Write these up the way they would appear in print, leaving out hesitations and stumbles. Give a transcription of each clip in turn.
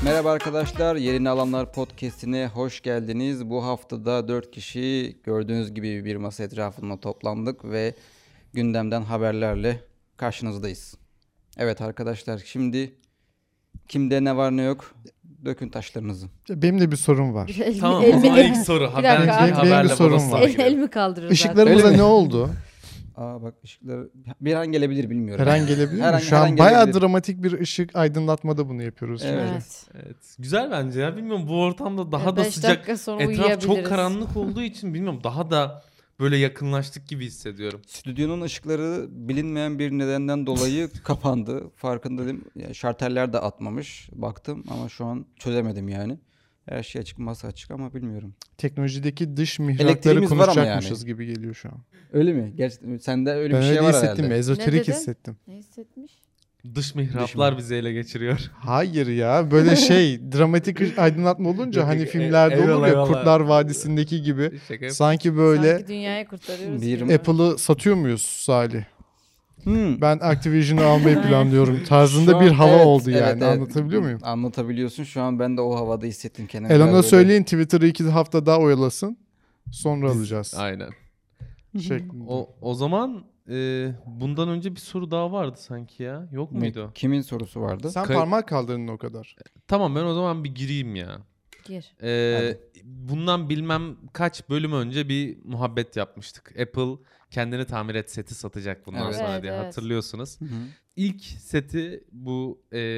Merhaba arkadaşlar, Yerini Alanlar Podcast'ine hoş geldiniz. Bu haftada 4 kişi gördüğünüz gibi bir masa etrafında toplandık ve gündemden haberlerle karşınızdayız. Evet arkadaşlar, şimdi kimde ne var ne yok dökün taşlarınızı. Benim de bir sorum var. Tamam, o zaman ilk soru. Benim bir sorum var. El mi kaldırırız? Işıklarımıza Öyle mi? ne oldu? Aa bak, ışıklar bir an gelebilir, bilmiyorum. Her an gelebilir mi? Şu her an an bayağı gelebilir. dramatik bir ışık aydınlatmada bunu yapıyoruz. Evet. çünkü. Evet. Güzel bence ya. Bilmiyorum, bu ortamda daha da 5 sıcak. dakika sonra Etraf çok uyuyabiliriz. karanlık olduğu için bilmiyorum, daha da böyle yakınlaştık gibi hissediyorum. Stüdyonun ışıkları bilinmeyen bir nedenden dolayı kapandı. Farkındayım. Yani şarteller de atmamış. Baktım ama şu an çözemedim yani. Her şey açık, masa açık ama bilmiyorum. Teknolojideki dış mihrakları Elektriğimiz var ama konuşacakmışız yani. gibi geliyor şu an. Öyle mi? Gerçekten sende öyle Ben bir şey öyle var hissettim. herhalde. Ezoterik Ne dedin? hissettim. Ne hissetmiş? Dış mihraplar bizi ele geçiriyor. Hayır ya, böyle dramatik aydınlatma olunca Yok, hani yok, filmlerde eyvallah, olur ya, eyvallah. Kurtlar Vadisi'ndeki gibi. Şaka yap- Sanki böyle Sanki dünyayı kurtarıyoruz. Bir- gibi. Apple'ı satıyor muyuz Salih? Hmm. Ben Activision'ı almayı Aynen. planlıyorum tarzında Şu an- bir hava evet, oldu evet, yani. evet. Anlatabiliyor muyum? Anlatabiliyorsun. Şu an ben de o havada hissettim kendimi. Elon'a Biraz söyleyin Twitter'ı 2 hafta daha oyalasın. Sonra alacağız. Aynen. Şeklinde. O zaman bundan önce bir soru daha vardı sanki ya. Yok böyle- muydu? Kimin sorusu vardı? Sen Kay- parmak kaldırdın o kadar. Tamam, ben o zaman bir gireyim ya. Gir. Bundan bilmem kaç bölüm önce bir muhabbet yapmıştık. Apple kendini tamir et seti satacak bundan Evet. sonra Evet, diye evet. hatırlıyorsunuz. Hı hı. İlk seti bu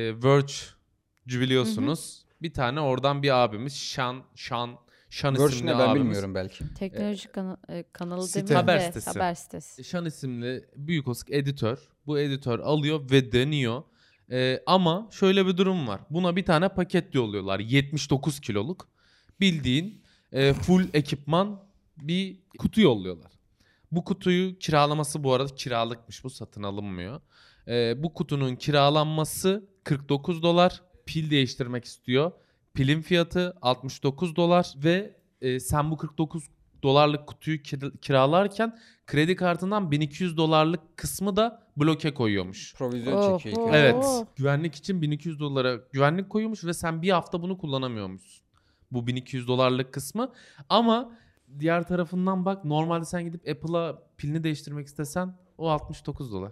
Verge biliyorsunuz. Bir tane oradan bir abimiz Sean Verge isimli ne ben abimiz. bilmiyorum belki. Teknoloji kanalı Site. demeyeyim Haber de sitesi. haber sitesi. Sean isimli büyük osk editör. Bu editör alıyor ve deniyor. Ama şöyle bir durum var. Buna bir tane paket yolluyorlar. 79 kiloluk. Bildiğin full ekipman bir kutu yolluyorlar. Bu kutuyu kiralaması, bu arada kiralıkmış, bu satın alınmıyor. Bu kutunun kiralanması $49. Pil değiştirmek istiyor. Pilin fiyatı $69 ve sen bu $49 kutuyu kiralarken kredi kartından $1200 kısmı da bloke koyuyormuş. Provizyon çekiyor ilk Oho. önce. Evet. Güvenlik için $1200 güvenlik koyuyormuş ve sen bir hafta bunu kullanamıyormuşsun. Bu $1200 kısmı. Ama diğer tarafından bak, normalde sen gidip Apple'a pilini değiştirmek istesen o $69.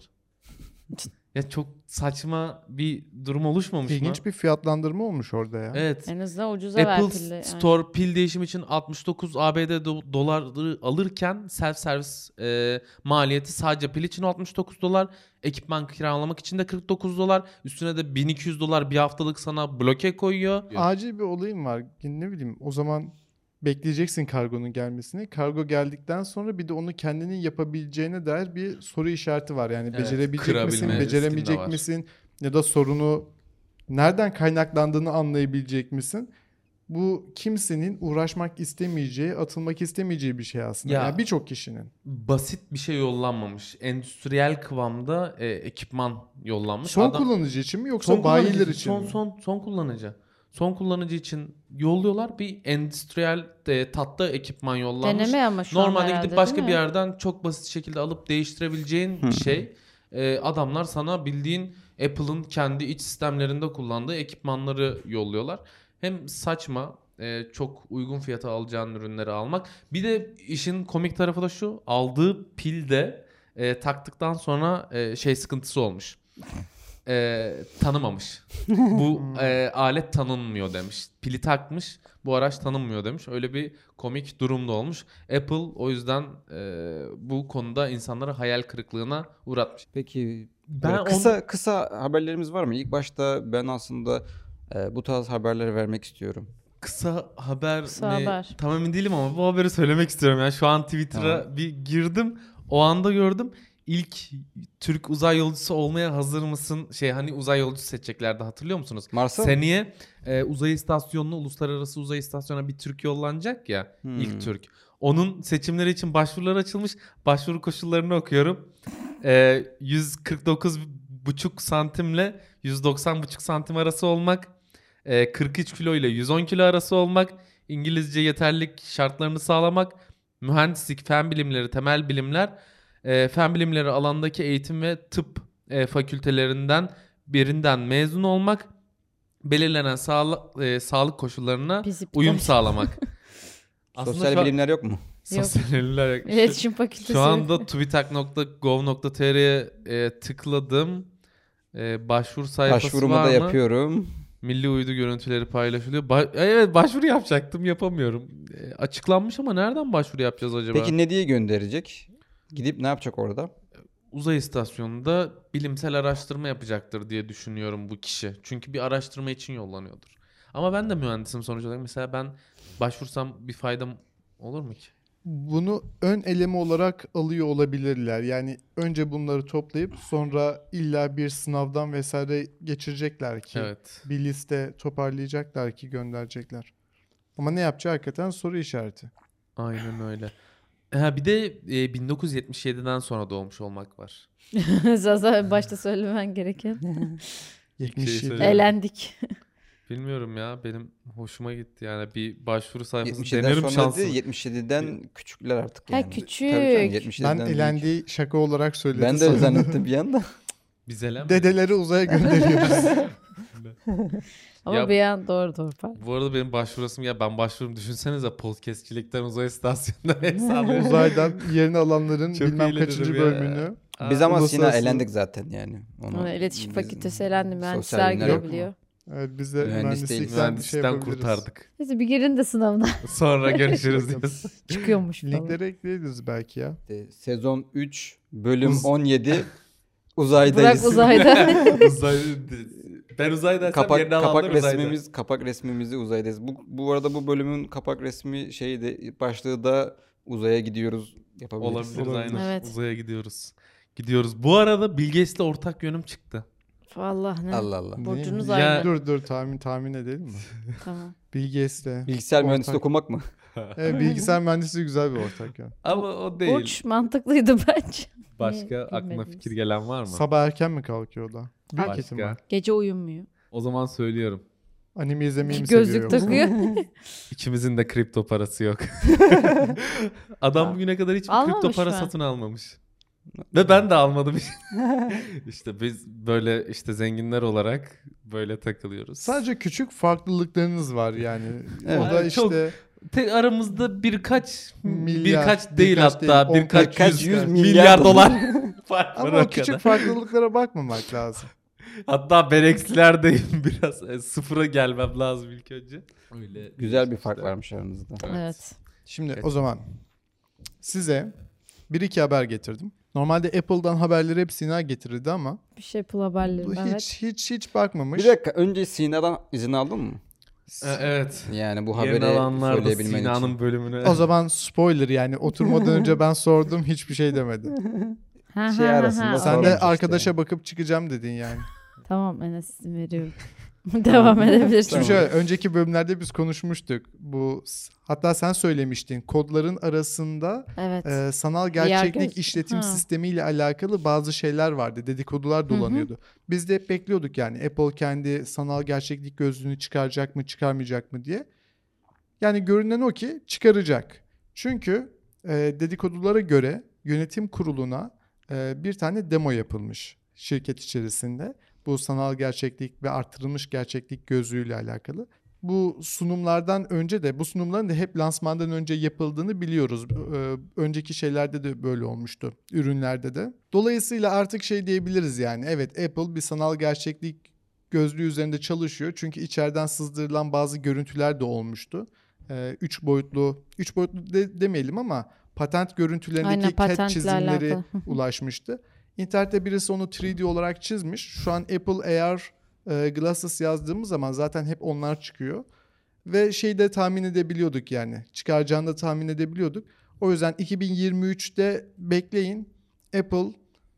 Ya çok saçma bir durum oluşmamış mı? İlginç bir fiyatlandırma olmuş orada ya. Evet. En azından ucuza ver Apple pilli. Yani. Store pil değişimi için 69 ABD doları alırken self service maliyeti sadece pil için $69. Ekipman kiralamak için de $49. Üstüne de $1200 bir haftalık sana bloke koyuyor. Acil bir olayım var. Ne bileyim, o zaman bekleyeceksin kargonun gelmesini. Kargo geldikten sonra bir de onu kendinin yapabileceğine dair bir soru işareti var. Yani Evet, becerebilecek kırabilme misin, riskin de beceremeyecek var. misin? Ya da sorunu nereden kaynaklandığını anlayabilecek misin? Bu kimsenin uğraşmak istemeyeceği, atılmak istemeyeceği bir şey aslında. Ya- Yani birçok kişinin. Basit bir şey yollanmamış. Endüstriyel kıvamda ekipman yollanmış. Son kullanıcı için mi yoksa Son bayiler kullanıcı, için mi? son kullanıcı. Son kullanıcı için yolluyorlar. Bir endüstriyel tatlı ekipman yollanmış. Deneme ama şu an Normalde herhalde, gidip başka değil bir mi? yerden çok basit şekilde alıp değiştirebileceğin bir şey. Adamlar sana bildiğin Apple'ın kendi iç sistemlerinde kullandığı ekipmanları yolluyorlar. Hem saçma, çok uygun fiyata alacağın ürünleri almak. Bir de işin komik tarafı da şu: aldığı pilde taktıktan sonra sıkıntısı olmuş. Tanımamış. Bu alet tanınmıyor demiş. Pili takmış, bu araç tanınmıyor demiş. Öyle bir komik durum da olmuş. Apple o yüzden bu konuda insanları hayal kırıklığına uğratmış. Peki Ben kısa haberlerimiz var mı? İlk başta ben aslında bu tarz haberleri vermek istiyorum. Kısa haber Kısa mi? haber. Tam emin değilim ama bu haberi söylemek istiyorum. Yani şu an Twitter'a bir girdim. O anda gördüm. İlk Türk uzay yolcusu olmaya hazır mısın? Hani uzay yolcusu seçeceklerdi, hatırlıyor musunuz? Mars'a mı? Seneye uzay istasyonuna, uluslararası uzay istasyonuna bir Türk yollanacak ya. İlk Türk. Onun seçimleri için başvurular açılmış. Başvuru koşullarını okuyorum. 149,5 santimle 190,5 santim arası olmak. 43 kilo ile 110 kilo arası olmak. İngilizce yeterlilik şartlarını sağlamak. Mühendislik, fen bilimleri, temel bilimler, fen bilimleri alandaki eğitim ve tıp fakültelerinden birinden mezun olmak. belirlenen sağlık koşullarına Biz iptal uyum ettik. sağlamak. Aslında Sosyal şu an- bilimler yok mu? Sosyal bilimler yok. İletişim fakültesi. Şu anda tubitak.gov.tr'ye tıkladım. Başvuru sayfası Başvurumu var da mı? yapıyorum. Milli uydu görüntüleri paylaşılıyor. Evet, başvuru yapacaktım, yapamıyorum. Açıklanmış ama nereden başvuru yapacağız acaba? Peki ne diye gönderecek? Gidip ne yapacak orada? Uzay istasyonunda bilimsel araştırma yapacaktır diye düşünüyorum bu kişi. Çünkü bir araştırma için yollanıyordur. Ama ben de mühendisim sonuç olarak. Mesela ben başvursam bir faydam olur mu ki? Bunu ön eleme olarak alıyor olabilirler. Yani önce bunları toplayıp sonra illa bir sınavdan vesaire geçirecekler ki. Evet. Bir liste toparlayacaklar ki gönderecekler. Ama ne yapacağı hakikaten soru işareti. Aynen öyle. Ha, bir de 1977'den sonra doğmuş olmak var. Zaten başta söylemen gereken. 77. söyle. Eğlendik. Bilmiyorum ya, benim hoşuma gitti yani bir başvuru sayfası 77'den denerim sonra şansım. değil, 77'den küçükler artık Ha, yani. küçük. Tabii canım, Ben 77'den büyük. elendiği şaka olarak söyledim. Ben de öyle zannettim bir anda. Biz elenmedik. Dedeleri uzaya gönderiyoruz. Ama Ya- bir an doğru pardon. Bu arada benim başvurasım, ya ben başvurum, düşünsenize podcastçilikten uzay istasyonuna hesabı. Uzaydan yerini alanların Çok bilmem eğlenirim kaçıncı ya. bölümünü. Biz ama Sina Uluslararası- elendik zaten yani. Ona iletişim biz- fakültesi elendi. sosyal Mühendisler bilimler yok mu? girebiliyor. Evet, biz de Mühendis mühendislikten değiliz. şey Mühendisten yapabiliriz. kurtardık. Neyse bir girin de sınavına Sonra görüşürüz diyoruz. çıkıyormuş falan. Linkleri ekleriz belki ya. Sezon 3 bölüm Uz- 17 uzaydayız. Bırak uzayda. Uzay, ben uzay dersem Kapak yerini alanlar uzayda. kapak resmimizi uzaydayız. Bu arada bu bölümün kapak resmi başlığı da uzaya gidiyoruz yapabiliriz. Olabilir, Olabilir. aynen. Evet. Uzaya gidiyoruz. Gidiyoruz. Bu arada Bill Gates'le ortak yönüm çıktı. Vallahi ne? Allah Allah. Burcunuz Ne? aynı. Dur tahmin edelim mi? Tamam. Bilgisayar. Bilgisayar mühendisliği okumak mı? Evet, bilgisayar mühendisliği güzel bir ortak ya. Ama o değil. Burç mantıklıydı bence. Başka Niye aklına bilmediniz? fikir gelen var mı? Sabah erken mi kalkıyor o da? Büyük Başka. ihtimal. Gece uyumuyor. O zaman söylüyorum. Anime izlemeyi mi seviyor Gözlük yoksa? takıyor. İkimizin de kripto parası yok. Adam bugüne kadar hiç Almamış kripto para mı? satın almamış. Ve ben de almadım. İşte biz böyle işte zenginler olarak böyle takılıyoruz. Sadece küçük farklılıklarınız var yani. Evet. O da Yani çok işte Tek aramızda birkaç Milyar, birkaç değil birkaç hatta değil, birkaç yüz milyar dolar fark var ama o o küçük kadar. farklılıklara bakmamak lazım. Hatta ben eksilerdeyim biraz. Sıfıra gelmem lazım ilk önce. Öyle Güzel bir işte. fark varmış aranızda. Evet. Şimdi Evet. o zaman size bir iki haber getirdim. Normalde Apple'dan haberleri hep Sina getirirdi ama Bir şey Apple haberleri. bu Evet. hiç bakmamış. Bir dakika, önce Sina'dan izin aldın mı? Evet. Yani bu Yerin haberi alanlarda söyleyebilmen Sina'nın için. bölümünü. O zaman spoiler yani oturmadan önce ben sordum hiçbir şey demedi. Ha, Şey ha, ha, arasında ha. Sen sormuş de işte. arkadaşa bakıp çıkacağım dedin yani. Tamam Enes izin veriyorum. Devam edebilirsin. Şimdi şöyle önceki bölümlerde biz konuşmuştuk. Hatta sen söylemiştin. Kodların arasında Evet. sanal gerçeklik göz- işletim Ha. sistemiyle alakalı bazı şeyler vardı. Dedikodular dolanıyordu. Biz de hep bekliyorduk yani Apple kendi sanal gerçeklik gözlüğünü çıkaracak mı, çıkarmayacak mı diye. Yani görünen o ki çıkaracak. Çünkü dedikodulara göre yönetim kuruluna bir tane demo yapılmış şirket içerisinde. Bu sanal gerçeklik ve artırılmış gerçeklik gözlüğüyle alakalı. Bu sunumlardan önce de bu sunumların da hep lansmandan önce yapıldığını biliyoruz. Önceki şeylerde de böyle olmuştu. Ürünlerde de. Dolayısıyla artık şey diyebiliriz yani. Evet, Apple bir sanal gerçeklik gözlüğü üzerinde çalışıyor. Çünkü içeriden sızdırılan bazı görüntüler de olmuştu. 3 boyutlu demeyelim ama patent Aynen, görüntülerindeki CAD patentlerle çizimleri alakalı. ulaşmıştı. İnternette birisi onu 3D olarak çizmiş. Şu an Apple AR Glasses yazdığımız zaman zaten hep onlar çıkıyor. Ve şeyi de tahmin edebiliyorduk yani. Çıkaracağını da tahmin edebiliyorduk. O yüzden 2023'te bekleyin. Apple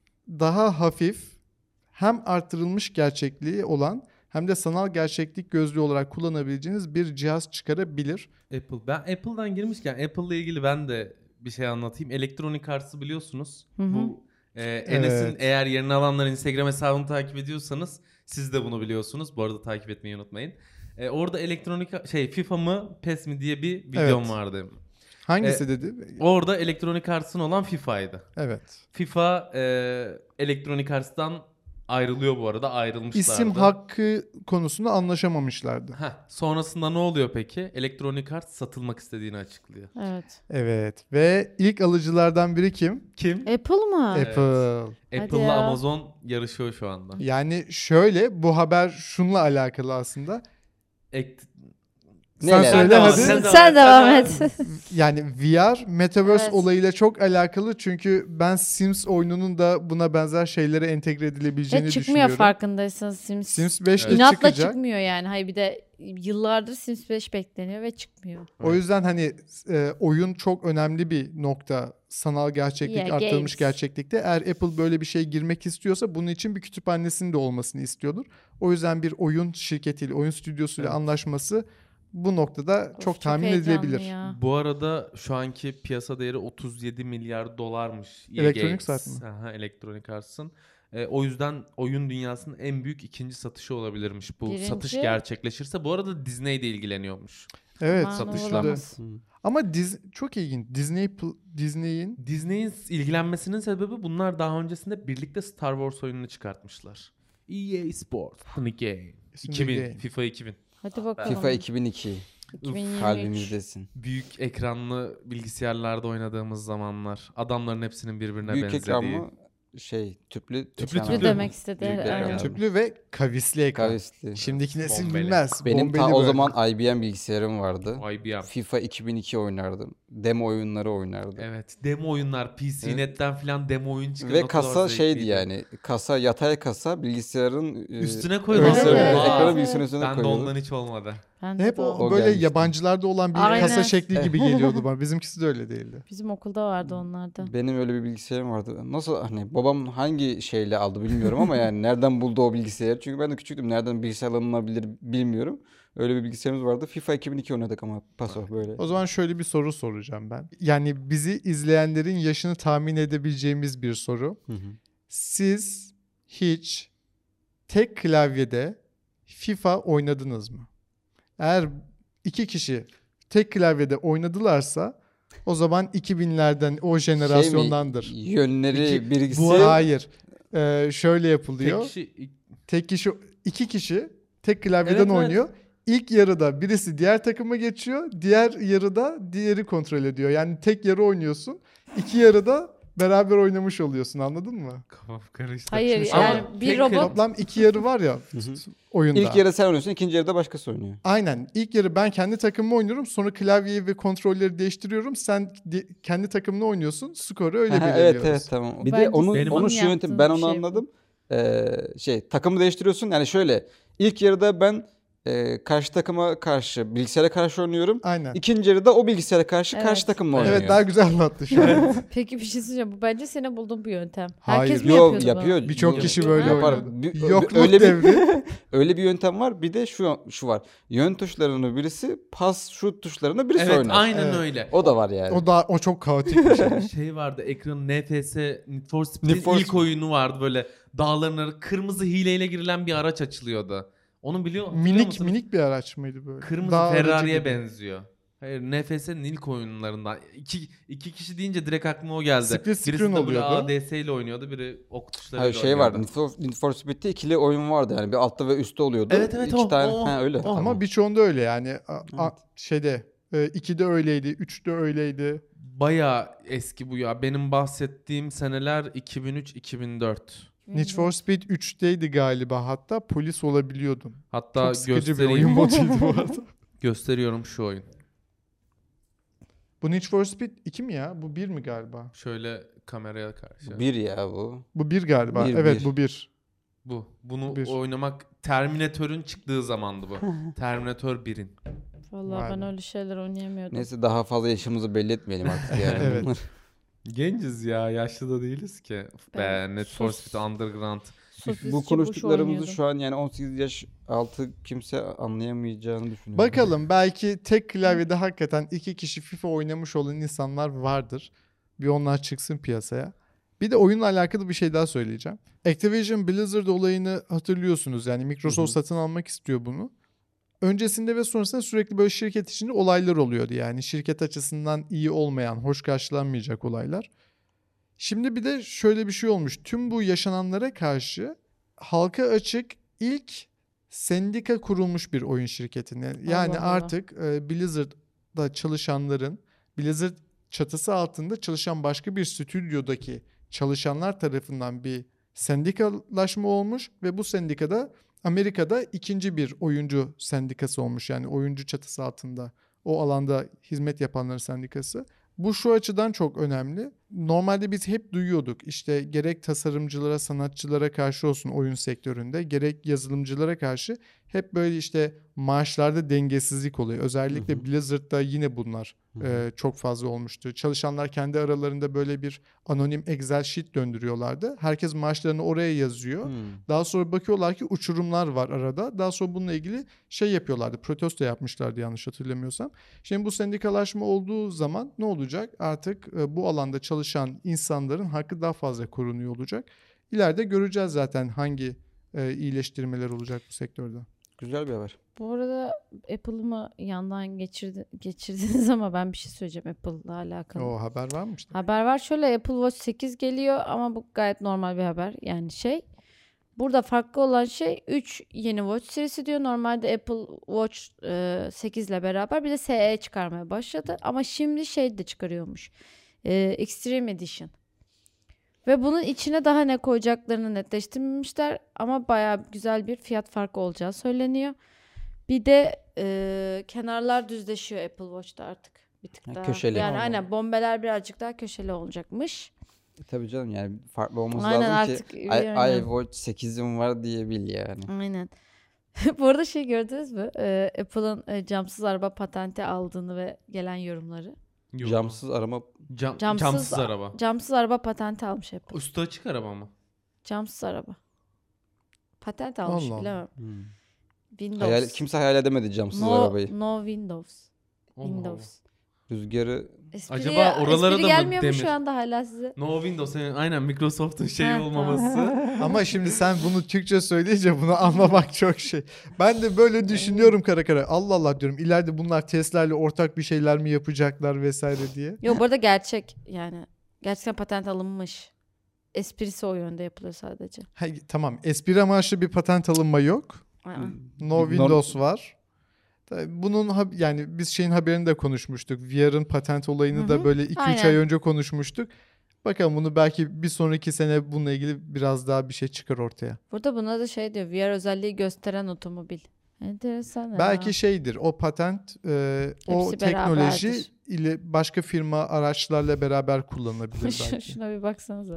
daha hafif hem artırılmış gerçekliği olan hem de sanal gerçeklik gözlüğü olarak kullanabileceğiniz bir cihaz çıkarabilir. Ben Apple'dan girmişken Apple'la ilgili ben de bir şey anlatayım. Electronic Arts'ı biliyorsunuz. Hı hı. Bu Enes'in Evet. eğer yerini alanların Instagram hesabını takip ediyorsanız siz de bunu biliyorsunuz. Bu arada takip etmeyi unutmayın. Orada FIFA mı PES mi diye bir videom Evet. vardı. Hangisi dedi? Orada Electronic Arts'ın olan FIFA'ydı. Evet. FIFA Electronic Arts'tan ayrılıyor bu arada. Ayrılmışlardı. İsim hakkı konusunda anlaşamamışlardı. Sonrasında ne oluyor peki? Electronic Arts satılmak istediğini açıklıyor. Evet. Evet ve ilk alıcılardan biri kim? Kim? Apple mı? Evet. Apple. Apple'la ya. Amazon yarışıyor şu anda. Yani şöyle bu haber şunla alakalı aslında. Sen Neler? söyle devam, hadi. Sen devam et. Yani VR Metaverse Evet. olayıyla çok alakalı çünkü ben Sims oyununun da buna benzer şeylere entegre edilebileceğini Ve çıkmıyor düşünüyorum. farkındaysanız Sims. Sims 5 de Evet. İnatla çıkacak. çıkmıyor yani. Hayır bir de yıllardır Sims 5 bekleniyor ve çıkmıyor. O yüzden hani oyun çok önemli bir nokta. Sanal gerçeklik, Yeah, arttırılmış games. gerçeklikte. Eğer Apple böyle bir şey girmek istiyorsa bunun için bir kütüphanesinin de olmasını istiyordur. O yüzden bir oyun şirketiyle, oyun stüdyosuyla Evet. anlaşması bu noktada Of, çok tahmin heyecanlı edilebilir. ya. Bu arada şu anki piyasa değeri 37 milyar dolarmış. EA Electronic Games. Arts mı? Aha, Electronic Arts'ın. O yüzden oyun dünyasının en büyük ikinci satışı olabilirmiş bu Birinci- satış gerçekleşirse. Bu arada Disney de ilgileniyormuş. Evet, Aman satışlar. olamaz. ama çok ilginç. Disney'in Disney'in ilgilenmesinin sebebi bunlar daha öncesinde birlikte Star Wars oyununu çıkartmışlar. EA Sports. The Game. İsmi 2000. Game. FIFA 2000. Hadi bakalım. FIFA 2002. 2023. Kalbimizdesin. Büyük ekranlı bilgisayarlarda oynadığımız zamanlar. Adamların hepsinin birbirine Büyük benzediği. ekran mı? Tüplü Tüplü ekran tüplü. Tüplü abi. demek istedi. Büyük Evet. ekran. tüplü ve kavisli ekran. Kavisli. Şimdiki nesil Bombeli. bilmez. Benim ta Bombeli o böyle. zaman IBM bilgisayarım vardı. IBM. FIFA 2002 oynardım. Demo oyunları oynardım. Evet. Demo oyunlar. PCNet'ten falan demo oyun çıkıyor. Ve Ne kadar kasa şeydi zevkliydi. yani. Kasa yatay kasa bilgisayarın Üstüne Öyle koyuyorlar. mi? ekranı, Evet. ekranı bilgisayarın üstüne Ben de koyuyorduk. ondan hiç olmadı. Ben de Hep doğru. o O böyle gelmişti. yabancılarda olan bir Aynen. kasa şekli gibi geliyordu bana. Bizimkisi de öyle değildi. Bizim okulda vardı onlarda. Benim öyle bir bilgisayarım vardı. Nasıl hani babam hangi şeyle aldı bilmiyorum ama yani nereden buldu o bilgisayarı? Çünkü ben de küçüktüm. Nereden bilgisayar alınabilir bilmiyorum. Öyle bir bilgisayarımız vardı. FIFA 2002 oynadık ama paso böyle. O zaman şöyle bir soru soracağım ben. Yani bizi izleyenlerin yaşını tahmin edebileceğimiz bir soru. Hı hı. Siz hiç tek klavyede FIFA oynadınız mı? Eğer iki kişi tek klavyede oynadılarsa o zaman 2000'lerden o jenerasyondandır. Şey mi? Yönleri İki- bilgisi. Hayır. Şöyle yapılıyor. Tek kişi İki kişi tek klavyeden Evet, evet. oynuyor. İlk yarıda birisi diğer takıma geçiyor. Diğer yarıda diğeri kontrol ediyor. Yani tek yarı oynuyorsun. İki yarıda beraber oynamış oluyorsun. Anladın mı? kafam karıştı. Hayır Ama yani bir tek robot Toplam iki yarı var ya oyunda. İlk yarı sen oynuyorsun, ikinci yarıda başkası oynuyor. Aynen. İlk yarı ben kendi takımımı oynuyorum. Sonra klavyeyi ve kontrolleri değiştiriyorum. Sen kendi takımını oynuyorsun. Skoru öyle Aha, belirliyoruz. evet tamam. Bir Bence de onun Benim onun onun şu yöntem yaptığı ben bir onu şey bu. anladım. Takımı değiştiriyorsun. Yani şöyle ilk yarıda ben karşı takıma karşı bilgisayara karşı oynuyorum. Aynen. İkinci yarıda o bilgisayara karşı Evet. karşı takımla oynuyor. Evet daha güzel anlattı şu an. Peki bir şey söyleyeceğim. Bu bence senin bulduğun bir yöntem. Hayır. Herkes mi Yo, yapıyordu yapıyor. bunu? Birçok Bu- kişi böyle Ha. yapar. oynadı. Bir- Yokluk öyle bir devri. öyle bir yöntem var. Bir de şu var. Yön tuşlarını birisi, pas şut tuşlarını birisi Evet oynar. aynen Evet. öyle. O da var yani. O çok kaotik bir şey. Şey vardı ekranın NFS Need for Speed'in Need for ilk Speed. oyunu vardı böyle dağların kırmızı hileyle girilen bir araç açılıyordu. Onu biliyor minik musunuz? minik bir araç mıydı böyle? Kırmızı Dağ aracı Ferrari'ye gibi. benziyor. Hayır NFS'nin ilk oyunlarından. İki kişi deyince direkt aklıma o geldi. Split Birisi screen de böyle oluyordu. ADS ile oynuyordu. Biri ok tuşlarıyla Hayır, şey var. oynuyordu. Need for Speed'de ikili oyun vardı yani. Bir altta ve üstte oluyordu. Evet, evet, İki o, tane. o, Ha, öyle. o. Tamam. Ama birçoğunda öyle yani. Evet. Şeyde 2'de öyleydi, 3'te öyleydi. Bayağı eski bu ya. Benim bahsettiğim seneler 2003-2004. Need for Speed 3'teydi galiba hatta polis olabiliyordun. Hatta Çok sıkıcı bir oyun göstereyim. moduydu bu arada. Gösteriyorum şu oyun. Bu Need for Speed 2 mi ya? Bu 1 mi galiba? Şöyle kameraya karşı. Bir ya bu. Bu 1 galiba. Bir, Evet bir. bu 1. Bunu Bir. oynamak Terminator'ın çıktığı zamandı bu. Terminator 1'in. Vallahi Vay ben be. öyle şeyler oynayamıyordum. Neyse daha fazla yaşımızı belli etmeyelim artık yani. Evet. Genciz ya. Yaşlı da değiliz ki. Ben Need for sus- Speed Underground. Sosisçi Bu Bush konuştuklarımızı oynuyordum. şu an yani 18 yaş altı kimse anlayamayacağını düşünüyorum. Bakalım belki tek klavyede hakikaten 2 kişi FIFA oynamış olan insanlar vardır. Bir onlar çıksın piyasaya. Bir de oyunla alakalı bir şey daha söyleyeceğim. Activision Blizzard olayını hatırlıyorsunuz. Yani Microsoft satın almak istiyor bunu. Öncesinde ve sonrasında sürekli böyle şirket içinde olaylar oluyordu. Yani şirket açısından iyi olmayan, hoş karşılanmayacak olaylar. Şimdi bir de şöyle bir şey olmuş. Tüm bu yaşananlara karşı halka açık ilk sendika kurulmuş bir oyun şirketine. Yani Allah Allah. artık Blizzard'da çalışanların, Blizzard çatısı altında çalışan başka bir stüdyodaki çalışanlar tarafından bir sendikalaşma olmuş ve bu sendikada Amerika'da ikinci bir oyuncu sendikası olmuş. Yani oyuncu çatısı altında o alanda hizmet yapanların sendikası. Bu şu açıdan çok önemli. Normalde biz hep duyuyorduk işte gerek tasarımcılara, sanatçılara karşı olsun oyun sektöründe, gerek yazılımcılara karşı hep böyle işte maaşlarda dengesizlik oluyor. Özellikle Blizzard'da yine bunlar çok fazla olmuştu. Çalışanlar kendi aralarında böyle bir anonim Excel sheet döndürüyorlardı. Herkes maaşlarını oraya yazıyor. Daha sonra bakıyorlar ki uçurumlar var arada. Daha sonra bununla ilgili şey yapıyorlardı. Protesto yapmışlardı yanlış hatırlamıyorsam. Şimdi bu sendikalaşma olduğu zaman ne olacak? Artık bu alanda çalışan insanların hakkı daha fazla korunuyor olacak. İleride göreceğiz zaten hangi iyileştirmeler olacak bu sektörde. Güzel bir haber. Bu arada Apple'ımı yandan geçirdiniz ama ben bir şey söyleyeceğim Apple'la alakalı. O haber var mı işte? Haber var. Şöyle Apple Watch 8 geliyor ama bu gayet normal bir haber. Yani burada farklı olan şey 3 yeni Watch serisi diyor. Normalde Apple Watch 8 ile beraber bir de SE çıkarmaya başladı. Ama şimdi de çıkarıyormuş. Extreme Edition. Ve bunun içine daha ne koyacaklarını netleştirmemişler. Ama bayağı güzel bir fiyat farkı olacağı söyleniyor. Bir de kenarlar düzleşiyor Apple Watch'ta artık. Bir tık daha. Köşeli. Yani aynen bombeler birazcık daha köşeli olacakmış. Tabii canım yani farklı olması Aynen, lazım artık ki yani. iWatch 8'im var diye bil yani. Aynen. Bu arada gördünüz mü? Apple'ın camsız araba patenti aldığını ve gelen yorumları. Yok. Camsız arama Camsız araba. Camsız araba patenti almış Apple. Üstü açık araba mı? Camsız araba. Patent almış Allah Allah. bilemem. hayal, kimse hayal edemedi camsız arabayı. No Windows. Allah Windows. Rüzgarı Acaba oralara da mı gelmiyor mu demir? şu anda hala size? No Windows. Aynen Microsoft'un şey Ha, olmaması. Ama şimdi sen bunu Türkçe söyleyince bunu anlamak çok şey. Ben de böyle düşünüyorum kara kara. Allah Allah diyorum ileride bunlar Tesla'yla ortak bir şeyler mi yapacaklar vesaire diye. Yok bu arada gerçek yani. Gerçekten patent alınmış. Esprisi o yönde yapılıyor sadece. Tamam espri amaçlı bir patent alınma yok. Aa. No Windows var. Tabii bunun yani biz şeyin haberini de konuşmuştuk. VR'ın patent olayını da böyle 2-3 Aynen. ay önce konuşmuştuk. Bakalım bunu belki bir sonraki sene bununla ilgili biraz daha bir şey çıkar ortaya. Burada buna da diyor. VR özelliği gösteren otomobil. Enteresan ya. Belki şeydir o patent o Hepsi teknoloji beraberdir. ile başka firma araçlarla beraber kullanılabilir belki. Şuna bir baksanıza.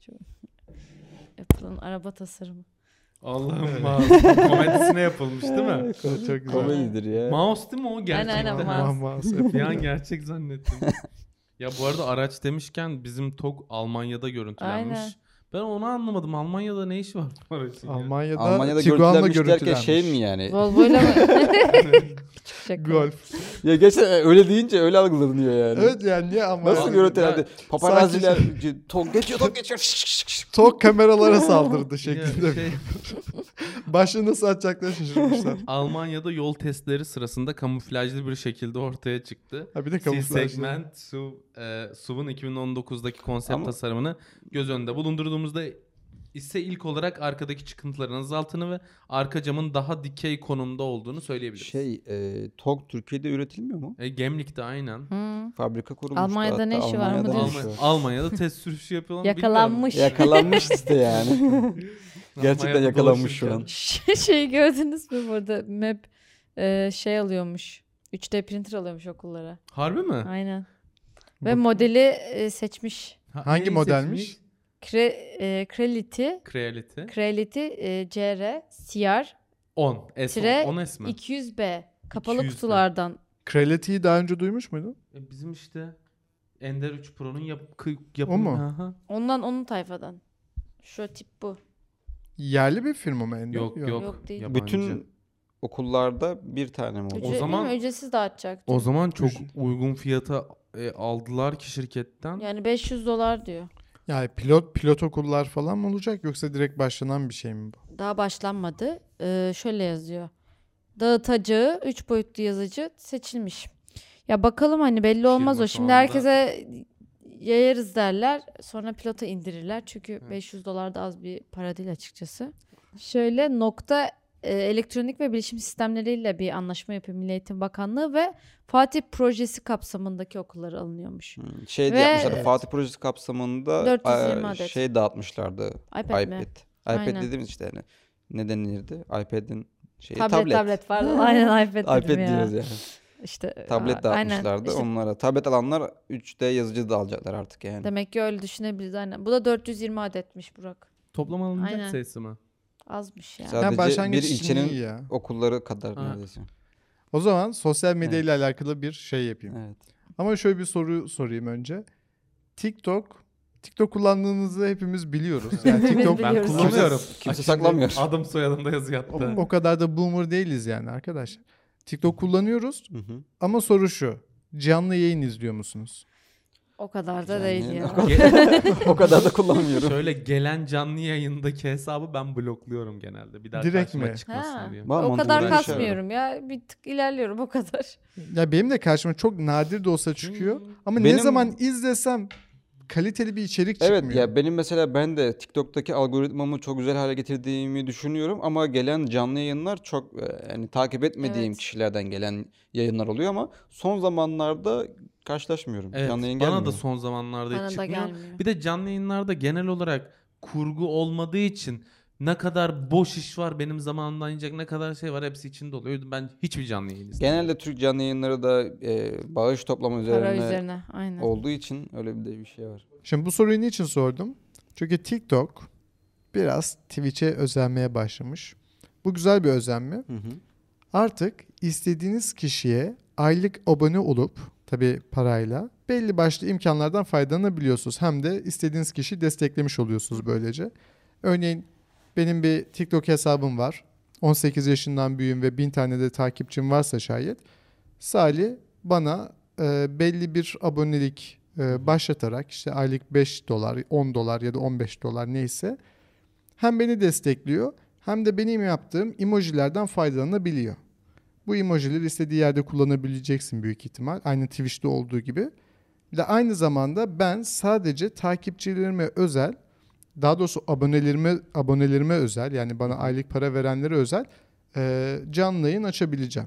Apple'ın araba tasarımı. Allah'ım komedisine yapılmış değil mi? Çok güzel. komedidir ya. Mouse değil mi o gerçekten? Aynen, Ha. mouse. Bir an gerçek zannettim. Ya bu arada araç demişken bizim TOG Almanya'da görüntülenmiş. Aynen. Ben onu anlamadım. Almanya'da ne işi var bu aracın? Almanya'da Tiguan'la Tiguan'la görüntülenmiş derken görüntülenmiş. mi yani? Volvo'yla mı? Şaka. Golf. Ya gerçekten öyle deyince öyle algılanıyor yani. Evet yani niye ama Nasıl görüntülendi? Paparazziler tok geçiyor. Tok kameralara saldırdı şeklinde. Ya Başını nasıl atacaklarını şaşırmışlar. Almanya'da yol testleri sırasında kamuflajlı bir şekilde ortaya çıktı. Ha bir de kamuflaj. C-Segment SUV'un 2019'daki konsept Ama- tasarımını göz önünde bulundurduğumuzda ise ilk olarak arkadaki çıkıntıların azaltını ve arka camın daha dikey konumda olduğunu söyleyebiliriz. TOG Türkiye'de üretilmiyor mu? Gemlik'te aynen. Hı. Fabrika kurulmuş. Almanya'da ne işi var mı diyorsun? Almanya'da test sürüşü yapıyorlar mı Yakalanmış. Yakalanmış işte yani. bilmiyorum. Gerçekten Almanya'da yakalanmış şu an. Şeyi gördünüz mü burada? MEP alıyormuş. 3D printer alıyormuş okullara. Harbi mi? Aynen. Ve modeli seçmiş. Hangi neyi modelmiş? seçmiş? Creality Creality CR CR 10. S10. Tire 10S mi? 200B kapalı 200B. kutulardan. Creality'yi daha önce duymuş muydun? Bizim işte Ender 3 Pro'nun O yapımı. mu? Aha. Onun tayfadan. Şu tip bu. Yerli bir firma mı Ender? Yok. Yok değil. Yabancı. Bütün okullarda bir tane mi oldu? O zaman- ücretsiz dağıtacaktı. O zaman çok uygun fiyata aldılar ki şirketten. Yani $500 diyor. Yani pilot okullar falan mı olacak yoksa direkt başlanan bir şey mi bu? Daha başlanmadı. Şöyle yazıyor. Dağıtacağı 3 boyutlu yazıcı seçilmiş. Ya bakalım hani belli olmaz Firma o. şu Şimdi anda- herkese yayarız derler. Sonra pilota indirirler. Çünkü Evet. $500 da az bir para değil açıkçası. Şöyle nokta elektronik ve bilişim sistemleriyle bir anlaşma yapıyor Milli Eğitim Bakanlığı ve Fatih Projesi kapsamındaki okulları alınıyormuş. Şey de Ve- yapmışlardı. Fatih Projesi kapsamında 420 adet. şey dağıtmışlardı. iPad mi? iPad Aynen. dediğimiz işte yani. Ne denirdi? iPad'in şeyi Tablet pardon. Aynen iPad iPad dedim ya. diyoruz yani. İşte Tablet aynen. dağıtmışlardı. İşte Onlara tablet alanlar 3D yazıcı da alacaklar artık yani. demek ki öyle düşünebiliriz aynen. Bu da 420 adetmiş Burak. Toplam alınacak Aynen. sayısı mı? Azmış ya. Sadece başlangıç bir için ilçenin iyi ya. okulları kadar Ha. neredeyse. O zaman sosyal medya ile alakalı bir şey yapayım. Evet. Ama şöyle bir soru sorayım önce. TikTok kullandığınızı hepimiz biliyoruz. Yani Hepimiz TikTok biliyoruz. Ben kullanıyorum. Kimse Şimdi saklamıyor. Adım soyadım da yazıyor hatta. o kadar da boomer değiliz yani arkadaşlar. TikTok kullanıyoruz Hı hı. ama soru şu. Canlı yayın izliyor musunuz? O kadar da Yani değil ya. O kadar da kullanmıyorum. Şöyle gelen canlı yayındaki hesabı ben blokluyorum genelde. Bir daha Direkt karşıma mi? çıkmasın Ha. diye. Bana O kadar mantıklı bir şey kasmıyorum ya. Bir tık ilerliyorum o kadar. Ya benim de karşıma çok nadir de olsa çıkıyor. Ama ne Benim- zaman izlesem kaliteli bir içerik çıkmıyor. Evet ya benim mesela ben de TikTok'taki algoritmamı çok güzel hale getirdiğimi düşünüyorum ama gelen canlı yayınlar çok yani takip etmediğim Evet. kişilerden gelen yayınlar oluyor ama son zamanlarda karşılaşmıyorum. Evet, Canlı yayın bana gelmiyor. da son zamanlarda Bana hiç da çıkmıyor. gelmiyor. Bir de canlı yayınlarda genel olarak kurgu olmadığı için ne kadar boş iş var benim zamanımdan yiyecek ne kadar şey var hepsi içinde oluyor. O yüzden ben hiçbir canlı yayın izlemiyorum. Genelde Türk canlı yayınları da bağış toplama Para üzerine üzerine. Aynen. olduğu için öyle bir de bir şey var. Şimdi bu soruyu niçin sordum? Çünkü TikTok biraz Twitch'e özenmeye başlamış. Bu güzel bir özenme. Hı hı. Artık istediğiniz kişiye aylık abone olup tabii parayla belli başlı imkanlardan faydalanabiliyorsunuz. Hem de istediğiniz kişiyi desteklemiş oluyorsunuz böylece. Örneğin benim bir TikTok hesabım var. 18 yaşından büyüğüm ve 1000 tane de takipçim varsa şayet Salih bana belli bir abonelik başlatarak işte aylık 5 dolar, 10 dolar ya da 15 dolar neyse hem beni destekliyor hem de benim yaptığım emojilerden faydalanabiliyor. Bu emojileri istediği yerde kullanabileceksin büyük ihtimal. Aynı Twitch'te olduğu gibi. Bir de aynı zamanda ben sadece takipçilerime özel, daha doğrusu abonelerime özel yani bana aylık para verenlere özel canlı yayın açabileceğim.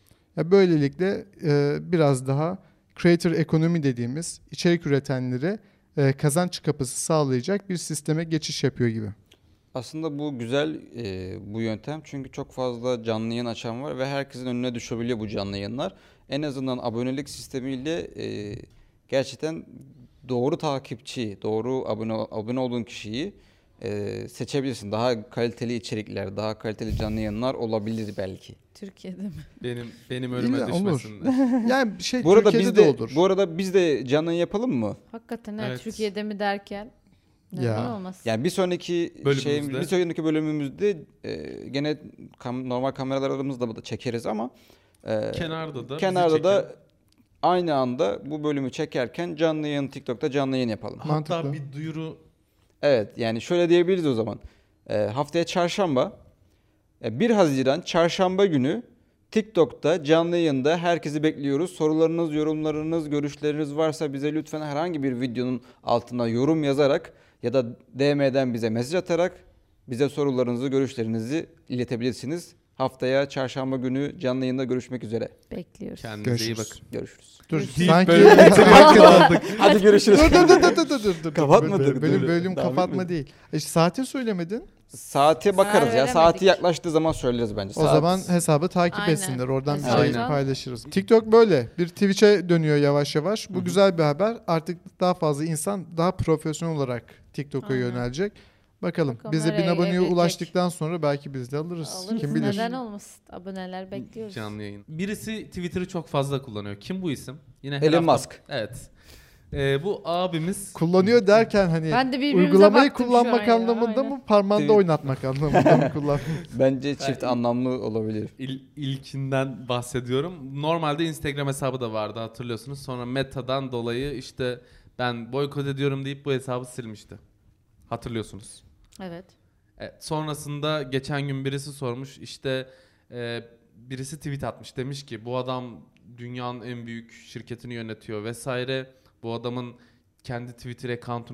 Ya böylelikle biraz daha creator economy dediğimiz içerik üretenlere kazanç kapısı sağlayacak bir sisteme geçiş yapıyor gibi. Aslında bu güzel bu yöntem çünkü çok fazla canlı yayın açan var ve herkesin önüne düşebiliyor bu canlı yayınlar. En azından abonelik sistemiyle gerçekten doğru takipçi, doğru abone olduğun kişiyi seçebilirsin. Daha kaliteli içerikler, daha kaliteli canlı yayınlar olabilir belki. Türkiye'de mi? Benim önüme İlla olur. düşmesinler. Yani şey Bu arada Türkiye'de biz de de olur. bu arada biz de canlı yayın yapalım mı? Hakikaten Evet. Türkiye'de mi derken neden Ya. olmaz? Yani bir sonraki Bölümümüzde. bir sonraki bölümümüzde gene normal kameralarımızla da çekeriz ama Kenarda da kenarda bizi da çeken- aynı anda bu bölümü çekerken canlı yayın TikTok'ta canlı yayın yapalım. hatta Mantıklı. bir duyuru Evet yani şöyle diyebiliriz o zaman. Haftaya çarşamba 1 Haziran çarşamba günü TikTok'ta canlı yayında herkesi bekliyoruz. Sorularınız, yorumlarınız, görüşleriniz varsa bize lütfen herhangi bir videonun altına yorum yazarak ya da DM'den bize mesaj atarak bize sorularınızı, görüşlerinizi iletebilirsiniz. Haftaya çarşamba günü canlı yayında görüşmek üzere. Bekliyoruz. kendinize iyi Görüşürüz. bakın. Görüşürüz. Dur Görüşürüz. sanki Bölümü arkadan Hadi görüşürüz. dur. Kapatmadık. Bölüm Daha kapatma bitmedi. değil. Saati söylemedin. Saate bakarız ya. veremedik. Saati yaklaştığı zaman söyleriz bence. O zaman hesabı takip Aynen. etsinler. Oradan bir Hesabı. şey paylaşırız. TikTok böyle. Bir Twitch'e dönüyor yavaş yavaş. Bu güzel bir haber. Artık daha fazla insan daha profesyonel olarak TikTok'a Aynen. yönelecek. Bakalım. Bakalım Bize 1000 nereye aboneye evrilecek. ulaştıktan sonra belki biz de alırız. Alırız. Kim bilir. Neden olmasın? Aboneler bekliyoruz. Canlı yayın. Birisi Twitter'ı çok fazla kullanıyor. Kim bu isim? Yine her Elon hafta- Musk. Evet. Bu abimiz Kullanıyor derken hani Ben de birbirimize uygulamayı baktım şu kullanmak an ya, anlamında aynen. mı parmağında Tweet- oynatmak anlamında mı kullanmak? Bence çift anlamlı olabilir. ilkinden bahsediyorum. Normalde Instagram hesabı da vardı hatırlıyorsunuz. Sonra Meta'dan dolayı işte ben boykot ediyorum deyip bu hesabı silmişti. Hatırlıyorsunuz. Evet. Sonrasında geçen gün birisi sormuş işte birisi tweet atmış demiş ki bu adam dünyanın en büyük şirketini yönetiyor vesaire. Bu adamın kendi Twitter account'unu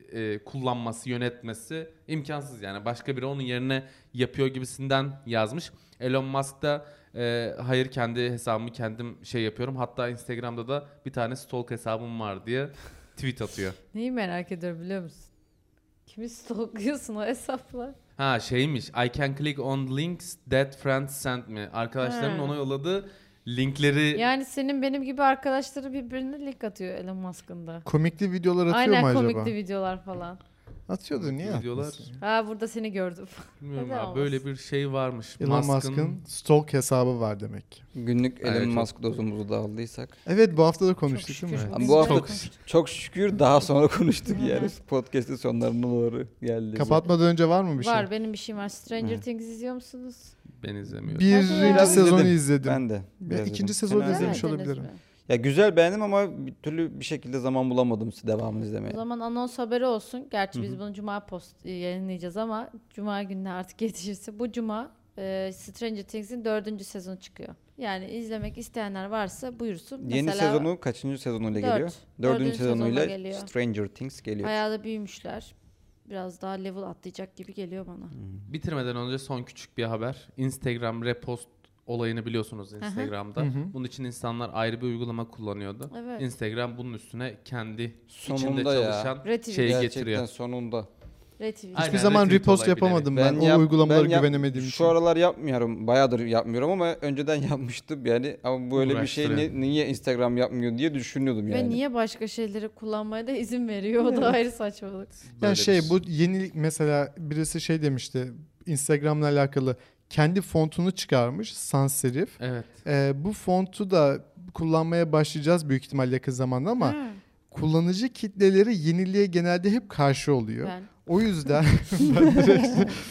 kullanması, yönetmesi imkansız yani. Başka biri onun yerine yapıyor gibisinden yazmış. Elon Musk da hayır kendi hesabımı kendim yapıyorum. Hatta Instagram'da da bir tane stalk hesabım var diye tweet atıyor. Neyi merak ediyorum biliyor musun? Kimi stalkluyorsun o hesapla? Ha şeymiş. I can click on links that friends sent me. Arkadaşlarımın ona yolladığı linkleri. Yani senin benim gibi arkadaşları birbirine link atıyor Elon Musk'ın da. Komikli videolar atıyor Aynen mu acaba? komikli videolar falan. Atıyordur, niye Videolar. atmasın? Ha burada seni gördüm. Bilmiyorum Neden ya, böyle bir şey varmış. Elon Musk'ın stalk hesabı var demek ki. Günlük Evet, Elon çok- Musk dozumuzu da aldıysak. Evet, bu hafta da konuştuk Çok değil mi? şükür. Ama Biz bu de hafta konuştuk. çok şükür daha sonra konuştuk yani. Podcast'in sonlarına doğru geldi. Kapatmadan önce var mı bir şey? Var benim bir şeyim var. Stranger Things izliyor musunuz? Ben izlemiyorum. Birinci Biraz sezonu izledim. izledim. Ben de. biraz ikinci izledim. sezonu Fena izlemiş değil. olabilirim. Beğendiniz mi? Ya güzel beğendim ama bir türlü bir şekilde zaman bulamadım devamını O izlemeye. zaman anons haberi olsun. Gerçi biz bunu cuma yayınlayacağız ama cuma gününe artık yetişirse. Bu cuma Stranger Things'in 4. sezonu çıkıyor. Yani izlemek isteyenler varsa buyursun. Yeni Mesela sezonu kaçıncı sezonuyla Dört. geliyor? Dördüncü Dördüncü sezonuyla sezonla geliyor. Stranger Things geliyor. bayağı da büyümüşler. Biraz daha level atlayacak gibi geliyor bana. Bitirmeden önce son küçük bir haber. Instagram repost olayını biliyorsunuz Instagram'da. Bunun için insanlar ayrı bir uygulama kullanıyordu. Evet. Instagram bunun üstüne kendi içinde Sonunda ya. çalışan Retweet. şeyi Gerçekten getiriyor. sonunda. Retweet. Aynen, Hiçbir zaman retweet repost olayı bile yapamadım ben. O uygulamalara güvenemediğim için. Şu aralar yapmıyorum. Bayağıdır yapmıyorum ama önceden yapmıştım yani. Ama böyle bir şey Uğraştırıyor. niye Instagram yapmıyor diye düşünüyordum yani. Ve niye başka şeyleri kullanmaya da izin veriyor? O da ayrı saçmalık. Böyle Yani bir- bu yenilik, mesela birisi demişti Instagram'la alakalı, kendi fontunu çıkarmış sans serif. Evet. Bu fontu da kullanmaya başlayacağız büyük ihtimalle yakın zamanda ama Ha, kullanıcı kitleleri yeniliğe genelde hep karşı oluyor. ben. O yüzden ben direkt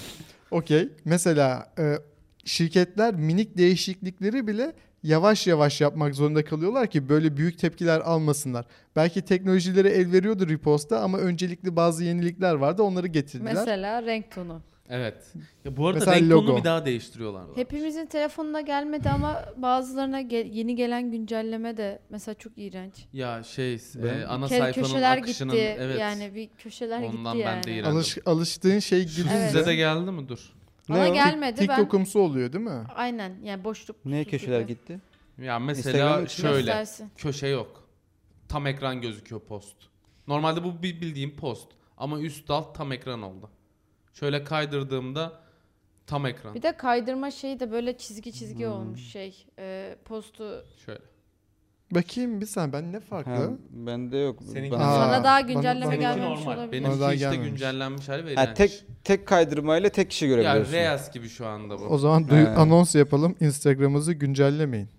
okey. Mesela şirketler minik değişiklikleri bile yavaş yavaş yapmak zorunda kalıyorlar ki böyle büyük tepkiler almasınlar. Belki teknolojileri el veriyordu reposta ama öncelikli bazı yenilikler vardı, onları getirdiler. Mesela renk tonu. Evet. Ya bu arada Mesela renk logo. tonunu bir daha değiştiriyorlar. Hepimizin telefonuna gelmedi ama bazılarına yeni gelen güncelleme de mesela çok iğrenç. Ya ana Köşeler sayfanın akışının gitti. evet. Yani bir köşeler Ondan gitti ben yani. de iğrendim. Alıştığın şey Şu gidince size de geldi mi? Dur. Bana o? gelmedi ben. TikTok'umsu oluyor değil mi? Aynen yani boşluk. Ne köşeler gitti? Ya mesela Instagram'ın içine şöyle Göstersin. köşe yok. Tam ekran gözüküyor post. Normalde bu bir bildiğim post ama üst alt tam ekran oldu. Şöyle kaydırdığımda tam ekran. Bir de kaydırma şeyi de böyle çizgi olmuş postu. Şöyle. Bakayım bir saniye, ben ne farklı? Ha, bende yok. Seninki- Bana- Sana daha bana- güncelleme bana- Seninki gelmemiş normal. olabilir. Benimki Bana daha işte gelmemiş. güncellenmiş hali ve Ha, iğrenç. tek kaydırmayla tek kişi Ya görebiliyorsun. Reels gibi şu anda bu. O zaman He. anons yapalım. Instagram'ımızı güncellemeyin.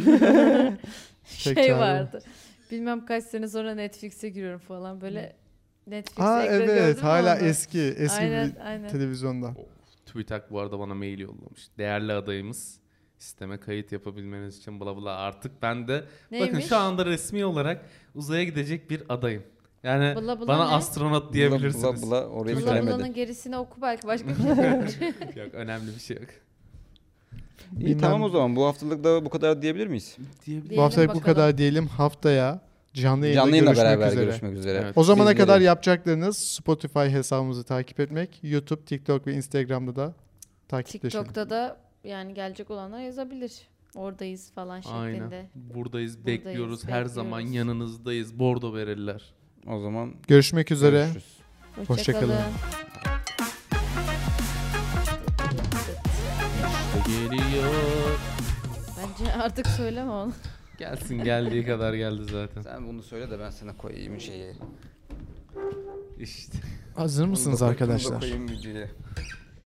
Şey Tekrar. vardı. Bilmem kaç sene sonra Netflix'e giriyorum falan böyle. Netflix'e Ha ekranı gördün evet, mü hala onu? eski Aynen bir aynen. televizyonda. TÜBİTAK bu arada bana mail yollamış. Değerli adayımız, sisteme kayıt yapabilmeniz için bla bla, artık ben de bakın Neymiş? şu anda resmi olarak uzaya gidecek bir adayım. Yani Bla bla bana ne? astronot diyebilirsiniz. Bla bla orayı Bula söylemedi. Bula'nın gerisini oku belki başka bir şey olur. Yok, önemli bir şey yok. İyi Bilmem- tamam o zaman bu haftalık da bu kadar diyebilir miyiz? Diyebilirim. Bu hafta bu bakalım. kadar diyelim. Haftaya canlı yayında Canlı yayınla görüşmek beraber üzere. görüşmek üzere. Evet. O zamana Bizleri- kadar yapacaklarınız Spotify hesabımızı takip etmek, YouTube, TikTok ve Instagram'da da takipleşelim. TikTok'ta da yani gelecek olanlar yazabilir. Oradayız falan şeklinde. Aynen. Buradayız, bekliyoruz. Her zaman bekliyoruz. yanınızdayız. Bordo verirler. O zaman Görüşmek üzere. görüşürüz. Hoşça kalın. Geliyor. Bence artık söyleme onu. Gelsin, geldiği kadar geldi zaten. Sen bunu söyle de ben sana koyayım şeyi. İşte. Hazır mısınız Bunu da koy- bunu da arkadaşlar? koyayım videoya.